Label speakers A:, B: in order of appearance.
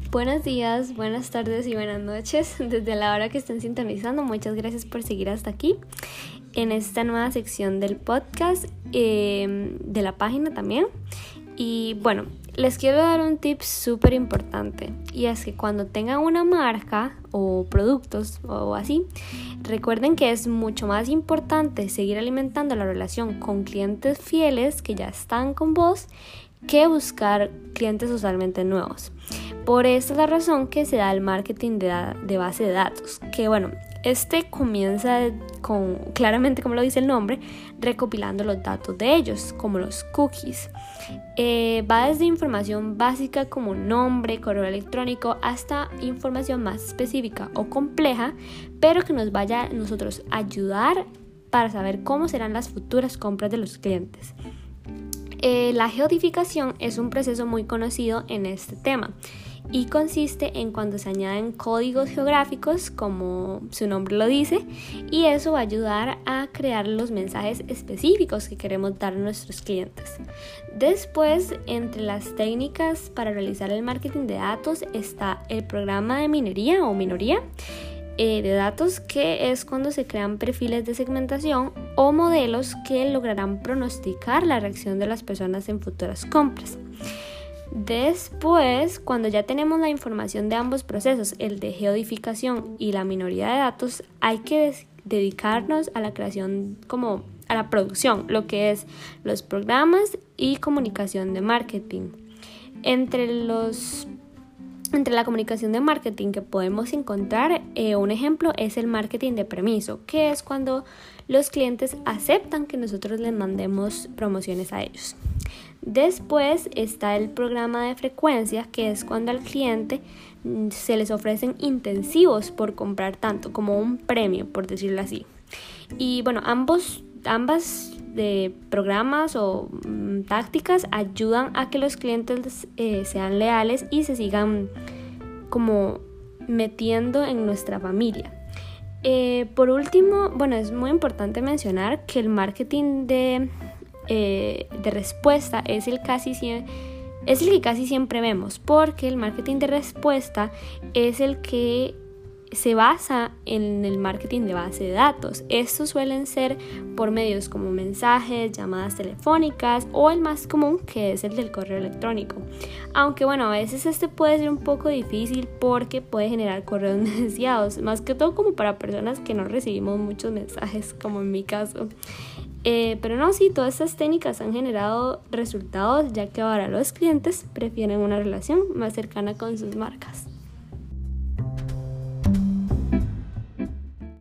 A: Buenos días, buenas tardes y buenas noches. Desde la hora que estén sintonizando, muchas gracias por seguir hasta aquí en esta nueva sección del podcast, de la página también. Y bueno, les quiero dar un tip súper importante, y es que cuando tengan una marca o productos o así, recuerden que es mucho más importante seguir alimentando la relación con clientes fieles que ya están con vos que buscar clientes totalmente nuevos. Por esta es la razón que se da el marketing de base de datos, que bueno, comienza con, claramente como lo dice el nombre, recopilando los datos de ellos, como los cookies. Va desde información básica como nombre, correo electrónico, hasta información más específica o compleja, pero que nos vaya a nosotros ayudar para saber cómo serán las futuras compras de los clientes. La geodificación es un proceso muy conocido en este tema y consiste en cuando se añaden códigos geográficos, como su nombre lo dice, y eso va a ayudar a crear los mensajes específicos que queremos dar a nuestros clientes. Después, entre las técnicas para realizar el marketing de datos está el programa de minería o minoría de datos, que es cuando se crean perfiles de segmentación o modelos que lograrán pronosticar la reacción de las personas en futuras compras. Después, cuando ya tenemos la información de ambos procesos, el de geodificación y la minoría de datos, hay que dedicarnos a la creación, como a la producción, lo que es los programas y comunicación de marketing. Entre la comunicación de marketing que podemos encontrar, un ejemplo es el marketing de permiso, que es cuando los clientes aceptan que nosotros les mandemos promociones a ellos. Después está el programa de frecuencia, que es cuando al cliente se les ofrecen intensivos por comprar tanto, como un premio, por decirlo así. Y bueno, ambas de programas o tácticas ayudan a que los clientes sean leales y se sigan como metiendo en nuestra familia. Por último, bueno, es muy importante mencionar que el marketing de respuesta es el que casi siempre vemos, porque el marketing de respuesta es el que se basa en el marketing de base de datos. Estos suelen ser por medios como mensajes, llamadas telefónicas o el más común, que es el del correo electrónico. Aunque bueno, a veces puede ser un poco difícil porque puede generar correos no deseados, más que todo como para personas que no recibimos muchos mensajes, como en mi caso. Pero no, sí, todas estas técnicas han generado resultados, ya que ahora los clientes prefieren una relación más cercana con sus marcas.